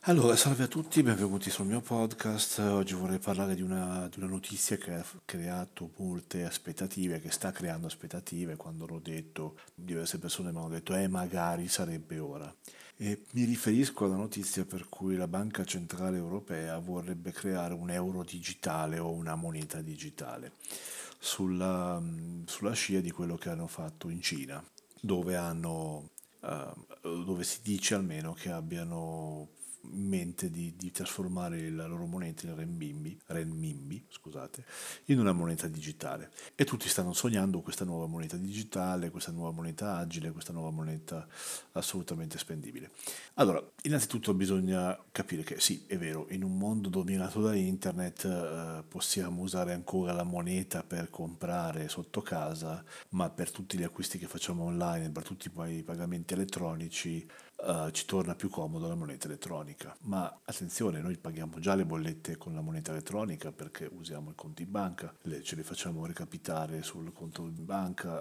Allora, salve a tutti, benvenuti sul mio podcast. Oggi vorrei parlare di una notizia che ha creato molte aspettative, che sta creando aspettative. Quando l'ho detto, diverse persone mi hanno detto, magari sarebbe ora. E mi riferisco alla notizia per cui la Banca Centrale Europea vorrebbe creare un euro digitale o una moneta digitale, sulla scia di quello che hanno fatto in Cina, dove dove si dice almeno che abbiano in mente di trasformare la loro moneta, il renminbi, scusate, in una moneta digitale. E tutti stanno sognando questa nuova moneta digitale, questa nuova moneta agile, questa nuova moneta assolutamente spendibile. Allora, innanzitutto bisogna capire che sì, è vero, in un mondo dominato da internet possiamo usare ancora la moneta per comprare sotto casa, ma per tutti gli acquisti che facciamo online, per tutti i pagamenti elettronici, ci torna più comodo la moneta elettronica. Ma attenzione, noi paghiamo già le bollette con la moneta elettronica perché usiamo il conto in banca, ce le facciamo recapitare sul conto in banca,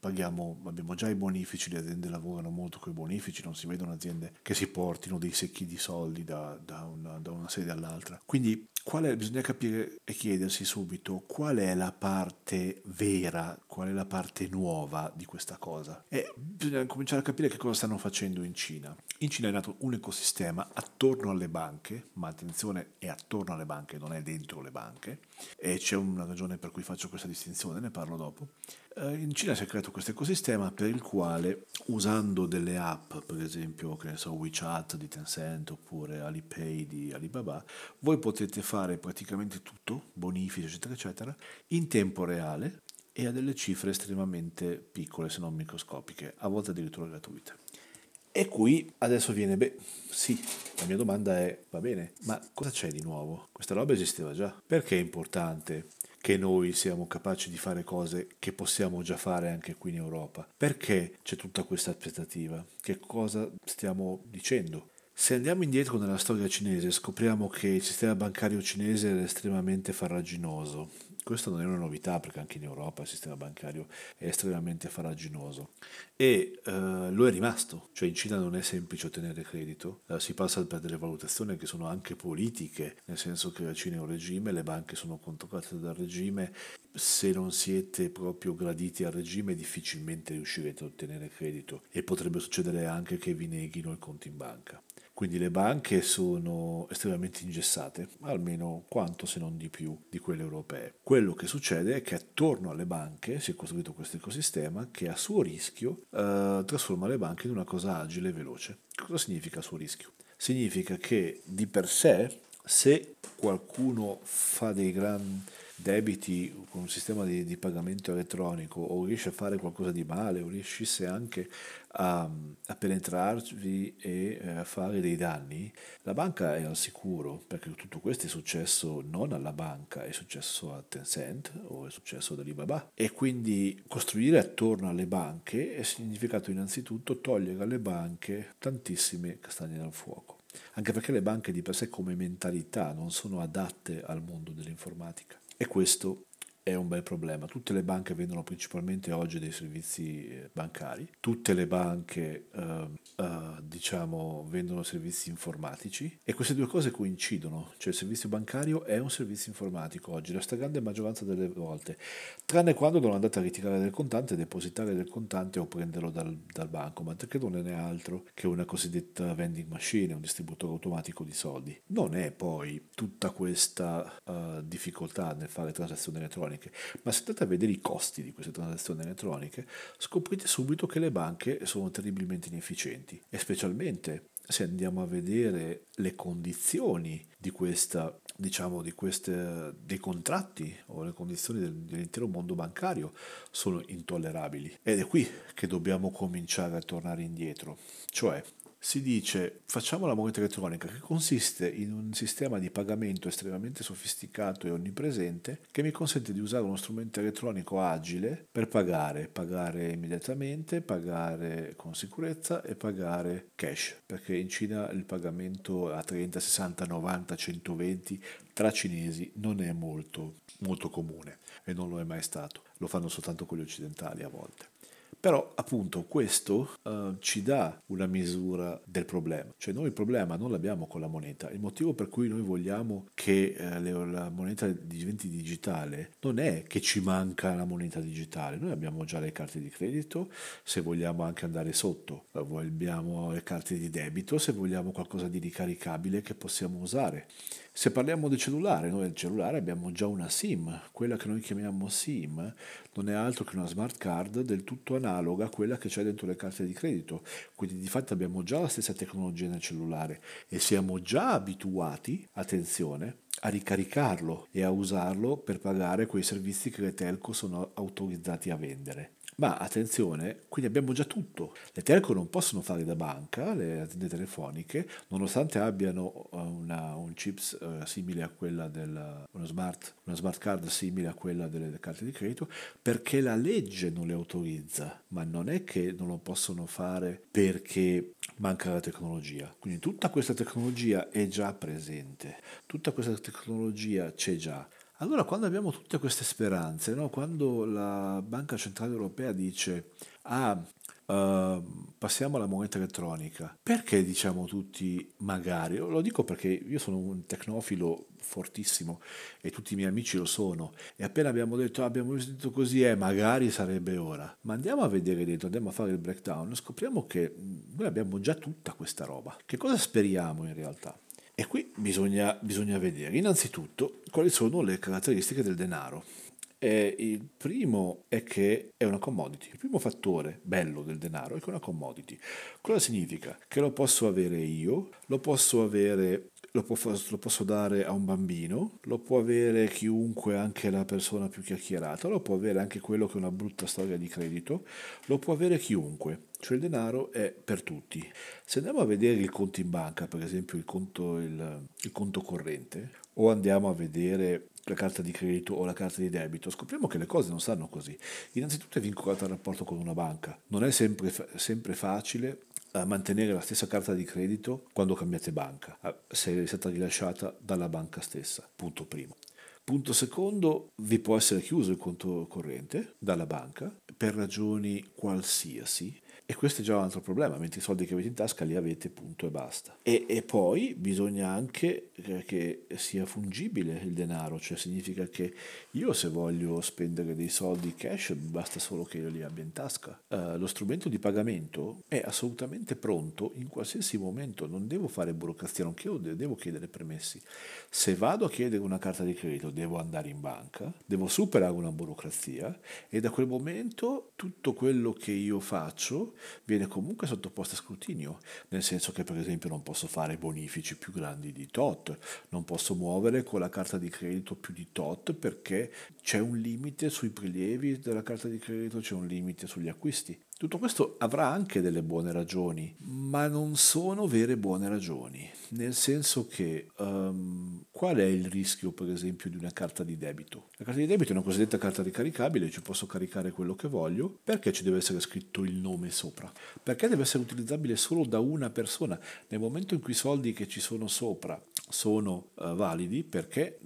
abbiamo già i bonifici, le aziende lavorano molto con i bonifici, non si vedono aziende che si portino dei secchi di soldi da una sede all'altra. Quindi bisogna capire e chiedersi subito qual è la parte vera, qual è la parte nuova di questa cosa. E bisogna cominciare a capire che cosa stanno facendo in Cina. In Cina è nato un ecosistema attorno alle banche, ma attenzione, è attorno alle banche, non è dentro le banche, e c'è una ragione per cui faccio questa distinzione, ne parlo dopo. In Cina si è creato questo ecosistema per il quale, usando delle app, per esempio, che ne so, WeChat di Tencent oppure Alipay di Alibaba, voi potete fare praticamente tutto, bonifici, eccetera, eccetera, in tempo reale e a delle cifre estremamente piccole, se non microscopiche, a volte addirittura gratuite. E qui adesso viene, sì, la mia domanda è, va bene, ma cosa c'è di nuovo? Questa roba esisteva già. Perché è importante che noi siamo capaci di fare cose che possiamo già fare anche qui in Europa? Perché c'è tutta questa aspettativa? Che cosa stiamo dicendo? Se andiamo indietro nella storia cinese, scopriamo che il sistema bancario cinese era estremamente farraginoso. Questo non è una novità perché anche in Europa il sistema bancario è estremamente farraginoso e lo è rimasto, cioè in Cina non è semplice ottenere credito, si passa per delle valutazioni che sono anche politiche, nel senso che la Cina è un regime, le banche sono controllate dal regime, se non siete proprio graditi al regime difficilmente riuscirete a ottenere credito e potrebbe succedere anche che vi neghino il conto in banca. Quindi le banche sono estremamente ingessate, almeno quanto se non di più di quelle europee. Quello che succede è che attorno alle banche si è costruito questo ecosistema che a suo rischio trasforma le banche in una cosa agile e veloce. Cosa significa a suo rischio? Significa che di per sé, se qualcuno fa dei grandi debiti con un sistema di pagamento elettronico o riesce a fare qualcosa di male o riuscisse anche a penetrarvi e a fare dei danni, la banca è al sicuro perché tutto questo è successo non alla banca, è successo a Tencent o è successo ad Alibaba e quindi costruire attorno alle banche è significato innanzitutto togliere alle banche tantissime castagne dal fuoco. Anche perché le banche di per sé come mentalità non sono adatte al mondo dell'informatica. E questo è un bel problema. Tutte le banche vendono principalmente oggi dei servizi bancari, tutte le banche diciamo vendono servizi informatici e queste due cose coincidono, cioè il servizio bancario è un servizio informatico oggi, la stragrande maggioranza delle volte, tranne quando non andate a ritirare del contante, depositare del contante o prenderlo dal bancomat, che non è altro che una cosiddetta vending machine, un distributore automatico di soldi. Non è poi tutta questa difficoltà nel fare transazioni elettroniche, ma se andate a vedere i costi di queste transazioni elettroniche, scoprite subito che le banche sono terribilmente inefficienti e specialmente se andiamo a vedere le condizioni di questa, diciamo, dei contratti o le condizioni dell'intero mondo bancario sono intollerabili. Ed è qui che dobbiamo cominciare a tornare indietro. Cioè, si dice facciamo la moneta elettronica che consiste in un sistema di pagamento estremamente sofisticato e onnipresente che mi consente di usare uno strumento elettronico agile per pagare immediatamente, pagare con sicurezza e pagare cash, perché in Cina il pagamento a 30, 60, 90, 120 tra cinesi non è molto, molto comune e non lo è mai stato, lo fanno soltanto con gli occidentali a volte. Però appunto questo ci dà una misura del problema, cioè noi il problema non l'abbiamo con la moneta, il motivo per cui noi vogliamo che la moneta diventi digitale non è che ci manca la moneta digitale, noi abbiamo già le carte di credito, se vogliamo anche andare sotto, abbiamo le carte di debito, se vogliamo qualcosa di ricaricabile che possiamo usare. Se parliamo del cellulare, noi del cellulare abbiamo già una SIM, quella che noi chiamiamo SIM non è altro che una smart card del tutto analoga a quella che c'è dentro le carte di credito, quindi di fatto abbiamo già la stessa tecnologia nel cellulare e siamo già abituati, attenzione, a ricaricarlo e a usarlo per pagare quei servizi che le telco sono autorizzati a vendere. Ma attenzione, quindi abbiamo già tutto. Le telco non possono fare da banca, le aziende telefoniche, nonostante abbiano un chips simile a quella una smart card simile a quella delle carte di credito, perché la legge non le autorizza, ma non è che non lo possono fare perché manca la tecnologia. Quindi tutta questa tecnologia è già presente, tutta questa tecnologia c'è già. Allora, quando abbiamo tutte queste speranze, no? Quando la Banca Centrale Europea dice, ah, passiamo alla moneta elettronica, perché diciamo tutti magari? Lo dico perché io sono un tecnofilo fortissimo e tutti i miei amici lo sono e appena abbiamo detto, abbiamo detto così, magari sarebbe ora. Ma andiamo a vedere dentro, andiamo a fare il breakdown, scopriamo che noi abbiamo già tutta questa roba. Che cosa speriamo in realtà? E qui bisogna vedere innanzitutto quali sono le caratteristiche del denaro. Il primo è che è una commodity. Il primo fattore bello del denaro è che è una commodity. Cosa significa? Che lo posso avere io, lo posso dare a un bambino, lo può avere chiunque, anche la persona più chiacchierata, lo può avere anche quello che ha una brutta storia di credito, lo può avere chiunque. Cioè il denaro è per tutti. Se andiamo a vedere il conto in banca, per esempio il conto corrente, o andiamo a vedere la carta di credito o la carta di debito, scopriamo che le cose non stanno così. Innanzitutto è vincolato al rapporto con una banca. Non è sempre facile mantenere la stessa carta di credito quando cambiate banca, se è stata rilasciata dalla banca stessa. Punto primo. Punto secondo, vi può essere chiuso il conto corrente dalla banca per ragioni qualsiasi e questo è già un altro problema, mentre i soldi che avete in tasca li avete, punto e basta. E poi bisogna anche che sia fungibile il denaro, cioè significa che io se voglio spendere dei soldi cash basta solo che io li abbia in tasca. Lo strumento di pagamento è assolutamente pronto in qualsiasi momento, non devo fare burocrazia, non devo chiedere permessi. Se vado a chiedere una carta di credito devo andare in banca, devo superare una burocrazia e da quel momento tutto quello che io faccio viene comunque sottoposto a scrutinio, nel senso che per esempio non posso fare bonifici più grandi di tot, non posso muovere con la carta di credito più di tot perché c'è un limite sui prelievi della carta di credito, c'è un limite sugli acquisti. Tutto questo avrà anche delle buone ragioni, ma non sono vere buone ragioni, nel senso che qual è il rischio per esempio di una carta di debito? La carta di debito è una cosiddetta carta ricaricabile, ci posso caricare quello che voglio, perché ci deve essere scritto il nome sopra? Perché deve essere utilizzabile solo da una persona? Nel momento in cui i soldi che ci sono sopra sono validi, perché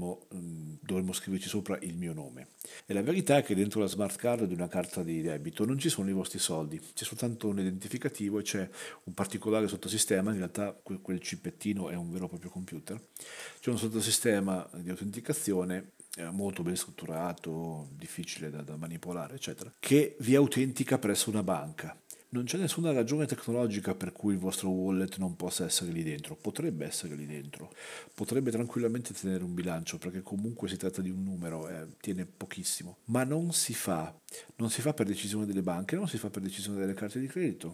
dovremmo scriverci sopra il mio nome? E la verità è che dentro la smart card di una carta di debito non ci sono i vostri soldi, c'è soltanto un identificativo e c'è un particolare sottosistema, in realtà quel cipettino è un vero e proprio computer, c'è un sottosistema di autenticazione molto ben strutturato, difficile da manipolare, eccetera, che vi autentica presso una banca. Non c'è nessuna ragione tecnologica per cui il vostro wallet non possa essere lì dentro. Potrebbe essere lì dentro, potrebbe tranquillamente tenere un bilancio perché comunque si tratta di un numero, tiene pochissimo. Ma non si fa. Non si fa per decisione delle banche, non si fa per decisione delle carte di credito,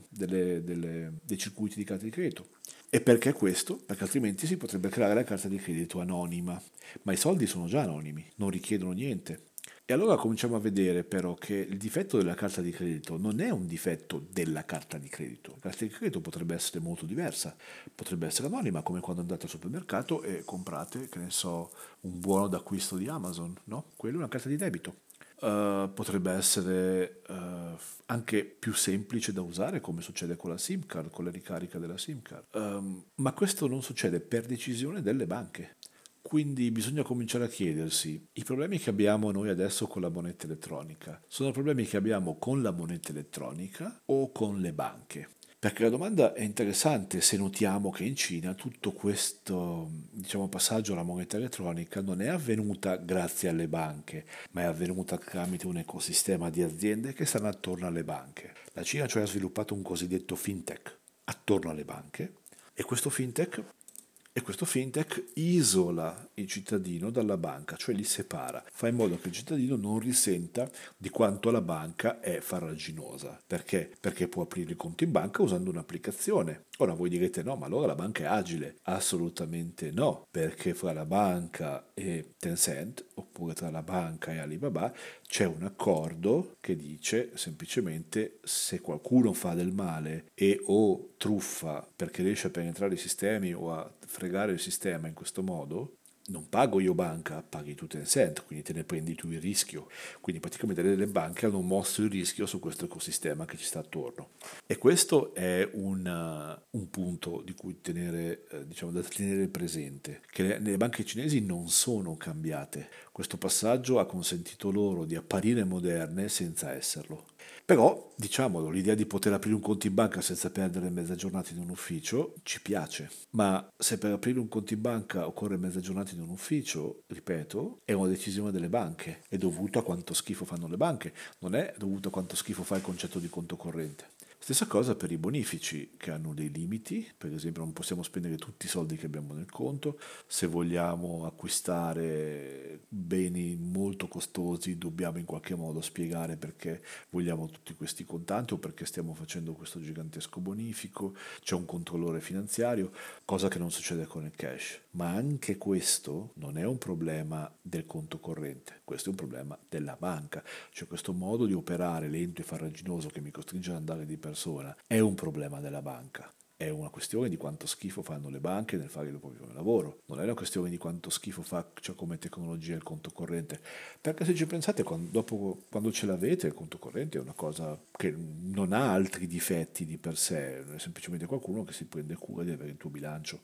dei circuiti di carte di credito. E perché questo? Perché altrimenti si potrebbe creare la carta di credito anonima. Ma i soldi sono già anonimi, non richiedono niente. E allora cominciamo a vedere però che il difetto della carta di credito non è un difetto della carta di credito. La carta di credito potrebbe essere molto diversa, potrebbe essere anonima, come quando andate al supermercato e comprate, che ne so, un buono d'acquisto di Amazon, no? Quella è una carta di debito. Potrebbe essere anche più semplice da usare, come succede con la SIM card, con la ricarica della SIM card. Ma questo non succede per decisione delle banche. Quindi bisogna cominciare a chiedersi, i problemi che abbiamo noi adesso con la moneta elettronica sono problemi che abbiamo con la moneta elettronica o con le banche? Perché la domanda è interessante se notiamo che in Cina tutto questo, diciamo, passaggio alla moneta elettronica non è avvenuta grazie alle banche, ma è avvenuta tramite un ecosistema di aziende che stanno attorno alle banche. La Cina cioè ha sviluppato un cosiddetto fintech attorno alle banche e questo fintech isola il cittadino dalla banca, cioè li separa, fa in modo che il cittadino non risenta di quanto la banca è farraginosa. Perché? Perché può aprire il conto in banca usando un'applicazione. Ora voi direte no, ma allora la banca è agile. Assolutamente no, perché fra la banca e Tencent, oppure tra la banca e Alibaba, c'è un accordo che dice semplicemente se qualcuno fa del male e o truffa perché riesce a penetrare i sistemi o a fregare il sistema in questo modo, non pago io banca, paghi tu Tencent, quindi te ne prendi tu il rischio. Quindi praticamente le banche hanno mosso il rischio su questo ecosistema che ci sta attorno. E questo è un punto di cui tenere, diciamo, da tenere presente, che le banche cinesi non sono cambiate. Questo passaggio ha consentito loro di apparire moderne senza esserlo. Però, diciamolo, l'idea di poter aprire un conto in banca senza perdere mezza giornata in un ufficio ci piace, ma se per aprire un conto in banca occorre mezza giornata in un ufficio, ripeto, è una decisione delle banche, è dovuto a quanto schifo fanno le banche, non è dovuto a quanto schifo fa il concetto di conto corrente. Stessa cosa per i bonifici che hanno dei limiti, per esempio non possiamo spendere tutti i soldi che abbiamo nel conto, se vogliamo acquistare beni molto costosi dobbiamo in qualche modo spiegare perché vogliamo tutti questi contanti o perché stiamo facendo questo gigantesco bonifico, c'è un controllore finanziario, cosa che non succede con il cash. Ma anche questo non è un problema del conto corrente, questo è un problema della banca, cioè questo modo di operare lento e farraginoso che mi costringe ad andare di persona è un problema della banca. È una questione di quanto schifo fanno le banche nel fare il proprio lavoro, non è una questione di quanto schifo fa cioè come tecnologia il conto corrente, perché se ci pensate quando ce l'avete il conto corrente è una cosa che non ha altri difetti di per sé, è semplicemente qualcuno che si prende cura di avere il tuo bilancio.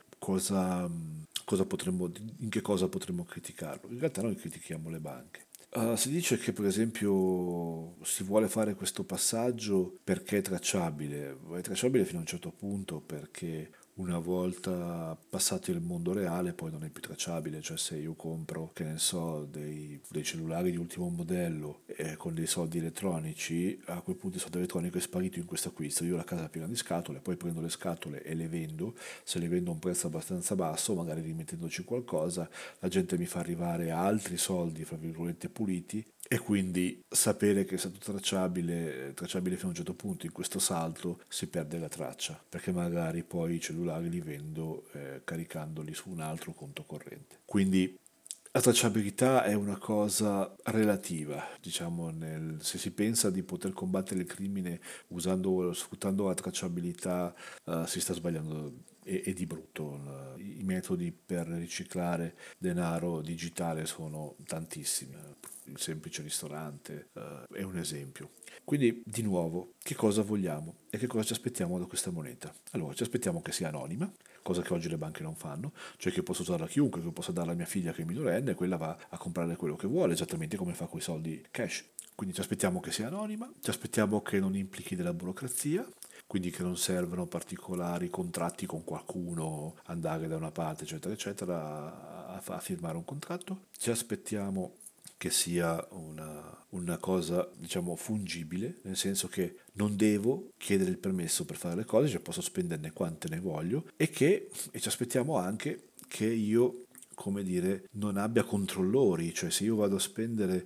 In che cosa potremmo criticarlo? In realtà noi critichiamo le banche. Si dice che per esempio si vuole fare questo passaggio perché è tracciabile fino a un certo punto perché una volta passato il mondo reale poi non è più tracciabile, cioè se io compro, che ne so, dei cellulari di ultimo modello con dei soldi elettronici, a quel punto il soldo elettronico è sparito in questo acquisto, io ho la casa piena di scatole, poi prendo le scatole e le vendo, se le vendo a un prezzo abbastanza basso, magari rimettendoci qualcosa, la gente mi fa arrivare altri soldi, fra virgolette, puliti e quindi sapere che è stato tracciabile fino a un certo punto, in questo salto si perde la traccia, perché magari poi i cellulari li vendo caricandoli su un altro conto corrente. Quindi la tracciabilità è una cosa relativa, diciamo, se si pensa di poter combattere il crimine sfruttando la tracciabilità, si sta sbagliando e di brutto. I metodi per riciclare denaro digitale sono tantissimi. Il semplice ristorante è un esempio. Quindi, di nuovo, che cosa vogliamo e che cosa ci aspettiamo da questa moneta? Allora, ci aspettiamo che sia anonima, cosa che oggi le banche non fanno, cioè che posso usarla a chiunque, che posso darla a mia figlia che è minorenne e quella va a comprare quello che vuole, esattamente come fa con i soldi cash. Quindi ci aspettiamo che sia anonima, ci aspettiamo che non implichi della burocrazia, quindi che non servono particolari contratti con qualcuno, andare da una parte, eccetera, eccetera, a firmare un contratto. Ci aspettiamo che sia una cosa, diciamo, fungibile, nel senso che non devo chiedere il permesso per fare le cose, cioè posso spenderne quante ne voglio e ci aspettiamo anche che io, come dire, non abbia controllori, cioè se io vado a spendere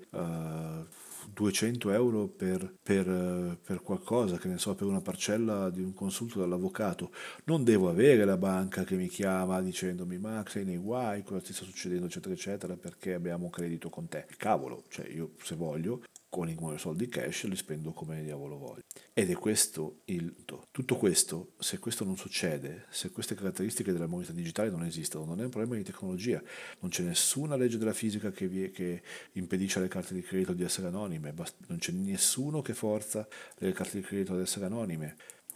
200 euro per qualcosa, che ne so, per una parcella di un consulto dall'avvocato, non devo avere la banca che mi chiama dicendomi ma sei nei guai, cosa ti sta succedendo, eccetera, eccetera, perché abbiamo un credito con te. Cavolo, cioè io se voglio con i miei soldi cash li spendo come diavolo voglio. Ed è questo il tutto questo, se questo non succede, se queste caratteristiche della moneta digitale non esistono, non è un problema di tecnologia, non c'è nessuna legge della fisica che impedisce alle carte di credito di essere anonime, non c'è nessuno che forza le carte di credito ad essere anonime.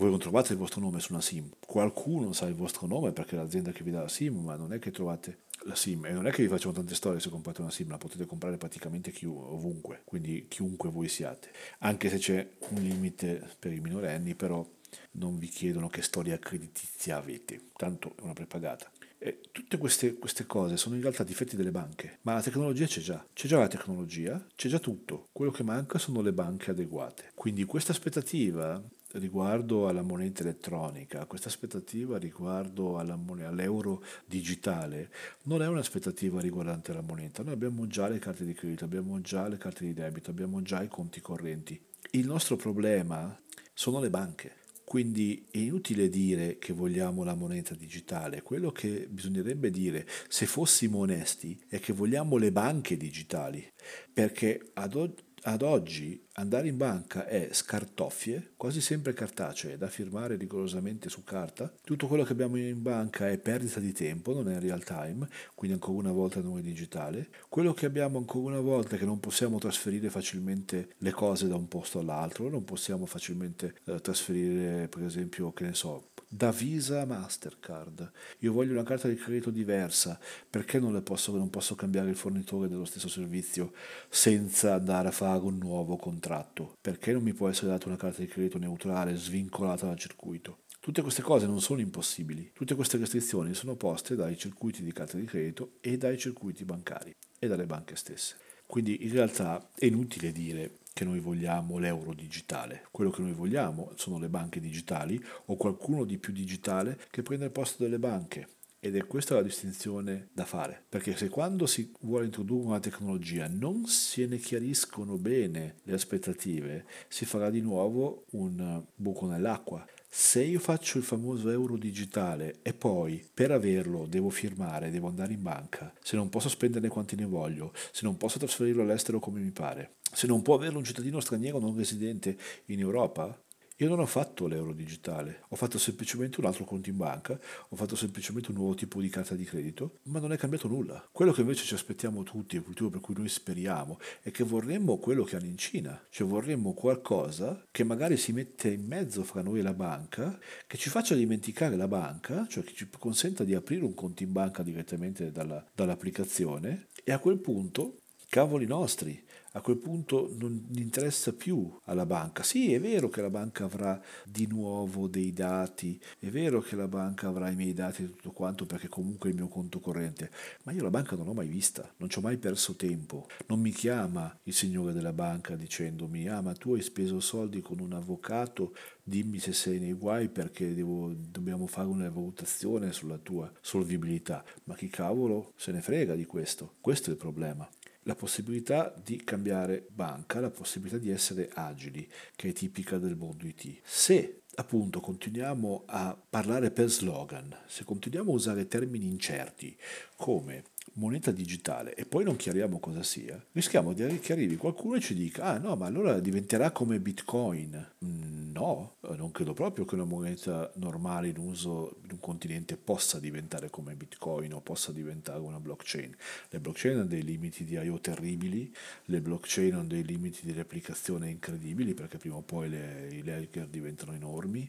Voi non trovate il vostro nome su una SIM, qualcuno sa il vostro nome perché è l'azienda che vi dà la SIM, ma non è che trovate la SIM e non è che vi facciano tante storie se comprate una SIM, la potete comprare praticamente ovunque, quindi chiunque voi siate, anche se c'è un limite per i minorenni, però non vi chiedono che storia creditizia avete, tanto è una prepagata. E tutte queste cose sono in realtà difetti delle banche, ma la tecnologia c'è già la tecnologia, c'è già tutto, quello che manca sono le banche adeguate. Quindi questa aspettativa riguardo alla moneta elettronica, questa aspettativa riguardo all'euro digitale, non è un'aspettativa riguardante la moneta. Noi abbiamo già le carte di credito, abbiamo già le carte di debito, abbiamo già i conti correnti. Il nostro problema sono le banche. Quindi è inutile dire che vogliamo la moneta digitale, quello che bisognerebbe dire, se fossimo onesti, è che vogliamo le banche digitali, perché ad oggi andare in banca è scartoffie, quasi sempre cartacee, da firmare rigorosamente su carta. Tutto quello che abbiamo in banca è perdita di tempo, non è real time, quindi ancora una volta non è digitale. Quello che abbiamo ancora una volta è che non possiamo trasferire facilmente le cose da un posto all'altro, non possiamo facilmente trasferire, per esempio, che ne so, da Visa a Mastercard. Io voglio una carta di credito diversa, perché non posso cambiare il fornitore dello stesso servizio senza andare a fare un nuovo contratto? Perché non mi può essere data una carta di credito neutrale, svincolata dal circuito? Tutte queste cose non sono impossibili, tutte queste restrizioni sono poste dai circuiti di carta di credito e dai circuiti bancari e dalle banche stesse. Quindi in realtà è inutile dire che noi vogliamo l'euro digitale, quello che noi vogliamo sono le banche digitali o qualcuno di più digitale che prenda il posto delle banche. Ed è questa la distinzione da fare, perché se quando si vuole introdurre una tecnologia non se ne chiariscono bene le aspettative, si farà di nuovo un buco nell'acqua. Se io faccio il famoso euro digitale e poi per averlo devo firmare, devo andare in banca, se non posso spenderne quanti ne voglio, se non posso trasferirlo all'estero come mi pare, se non può averlo un cittadino straniero non residente in Europa, io non ho fatto l'euro digitale, ho fatto semplicemente un altro conto in banca, ho fatto semplicemente un nuovo tipo di carta di credito, ma non è cambiato nulla. Quello che invece ci aspettiamo tutti, il motivo per cui noi speriamo, è che vorremmo quello che hanno in Cina, cioè vorremmo qualcosa che magari si mette in mezzo fra noi e la banca, che ci faccia dimenticare la banca, cioè che ci consenta di aprire un conto in banca direttamente dall'applicazione e a quel punto, cavoli nostri, a quel punto non interessa più alla banca. Sì, è vero che la banca avrà di nuovo dei dati, è vero che la banca avrà i miei dati e tutto quanto perché comunque è il mio conto corrente, ma io la banca non l'ho mai vista, non ci ho mai perso tempo. Non mi chiama il signore della banca dicendomi: ah, ma tu hai speso soldi con un avvocato, dimmi se sei nei guai perché dobbiamo fare una valutazione sulla tua solvibilità. Ma chi cavolo se ne frega di questo? Questo è il problema. La possibilità di cambiare banca, la possibilità di essere agili, che è tipica del mondo IT. Se appunto continuiamo a parlare per slogan, se continuiamo a usare termini incerti come moneta digitale e poi non chiariamo cosa sia, rischiamo che arrivi qualcuno e ci dica: ah no, ma allora diventerà come Bitcoin. No, non credo proprio che una moneta normale in uso in un continente possa diventare come Bitcoin o possa diventare una blockchain. Le blockchain hanno dei limiti di I/O terribili, le blockchain hanno dei limiti di replicazione incredibili perché prima o poi i ledger diventano enormi,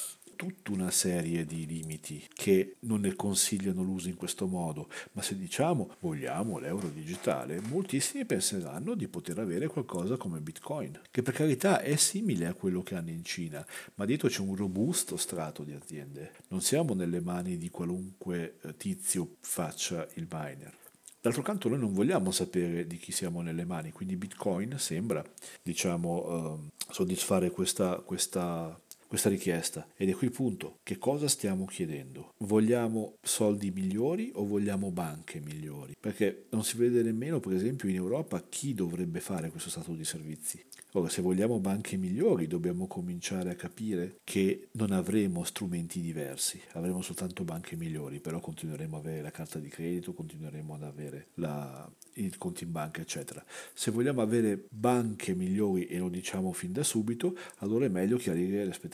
tutta una serie di limiti che non ne consigliano l'uso in questo modo, ma se diciamo vogliamo l'euro digitale, moltissimi penseranno di poter avere qualcosa come Bitcoin, che per carità è simile a quello che hanno in Cina, ma dietro c'è un robusto strato di aziende. Non siamo nelle mani di qualunque tizio faccia il miner. D'altro canto noi non vogliamo sapere di chi siamo nelle mani, quindi Bitcoin sembra, diciamo, soddisfare questa richiesta. Ed è qui il punto. Che cosa stiamo chiedendo? Vogliamo soldi migliori o vogliamo banche migliori? Perché non si vede nemmeno, per esempio, in Europa chi dovrebbe fare questo stato di servizi. Ora, se vogliamo banche migliori, dobbiamo cominciare a capire che non avremo strumenti diversi, avremo soltanto banche migliori, però continueremo ad avere la carta di credito, continueremo ad avere il conto in banca, eccetera. Se vogliamo avere banche migliori, e lo diciamo fin da subito, allora è meglio chiarire le aspettative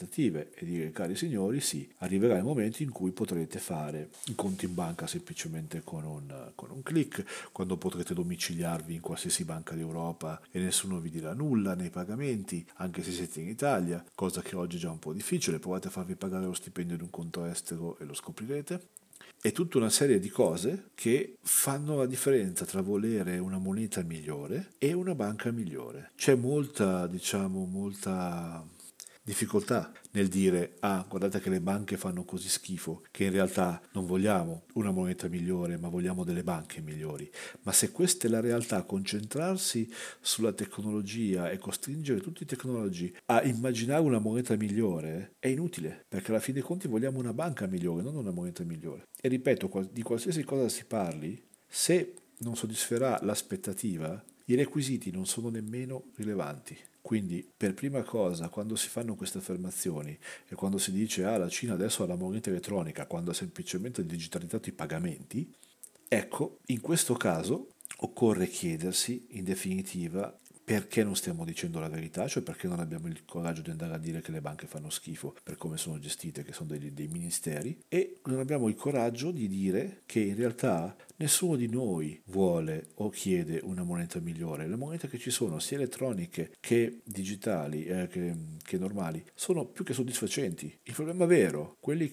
aspettative e dire cari signori sì, arriverà il momento in cui potrete fare i conti in banca semplicemente con un click, quando potrete domiciliarvi in qualsiasi banca d'Europa e nessuno vi dirà nulla nei pagamenti, anche se siete in Italia, cosa che oggi è già un po' difficile, provate a farvi pagare lo stipendio di un conto estero e lo scoprirete. È tutta una serie di cose che fanno la differenza tra volere una moneta migliore e una banca migliore. C'è molta, diciamo, molta difficoltà nel dire guardate che le banche fanno così schifo che in realtà non vogliamo una moneta migliore ma vogliamo delle banche migliori. Ma se questa è la realtà, concentrarsi sulla tecnologia e costringere tutti i tecnologi a immaginare una moneta migliore è inutile, perché alla fine dei conti vogliamo una banca migliore, non una moneta migliore. E ripeto, di qualsiasi cosa si parli, se non soddisferà l'aspettativa, i requisiti non sono nemmeno rilevanti. Quindi, per prima cosa, quando si fanno queste affermazioni e quando si dice la Cina adesso ha la moneta elettronica, quando ha semplicemente digitalizzato i pagamenti, ecco, in questo caso occorre chiedersi, in definitiva, perché non stiamo dicendo la verità, cioè perché non abbiamo il coraggio di andare a dire che le banche fanno schifo per come sono gestite, che sono dei ministeri, e non abbiamo il coraggio di dire che in realtà nessuno di noi vuole o chiede una moneta migliore. Le monete che ci sono, sia elettroniche che digitali, che normali, sono più che soddisfacenti. Il problema vero, quelli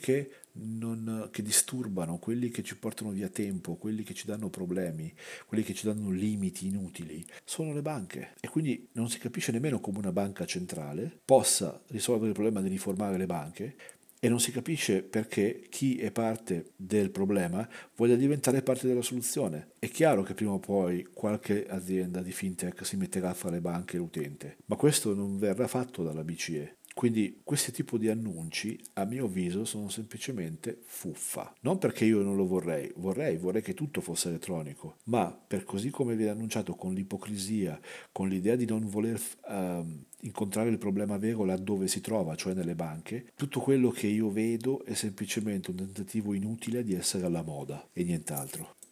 che disturbano, quelli che ci portano via tempo, quelli che ci danno problemi, quelli che ci danno limiti inutili, sono le banche. E quindi non si capisce nemmeno come una banca centrale possa risolvere il problema di riformare le banche e non si capisce perché chi è parte del problema voglia diventare parte della soluzione. È chiaro che prima o poi qualche azienda di fintech si metterà fra le banche e l'utente, ma questo non verrà fatto dalla BCE. Quindi questo tipo di annunci, a mio avviso, sono semplicemente fuffa. Non perché io non lo vorrei che tutto fosse elettronico, ma per così come viene annunciato con l'ipocrisia, con l'idea di non voler incontrare il problema vero laddove si trova, cioè nelle banche, tutto quello che io vedo è semplicemente un tentativo inutile di essere alla moda e nient'altro.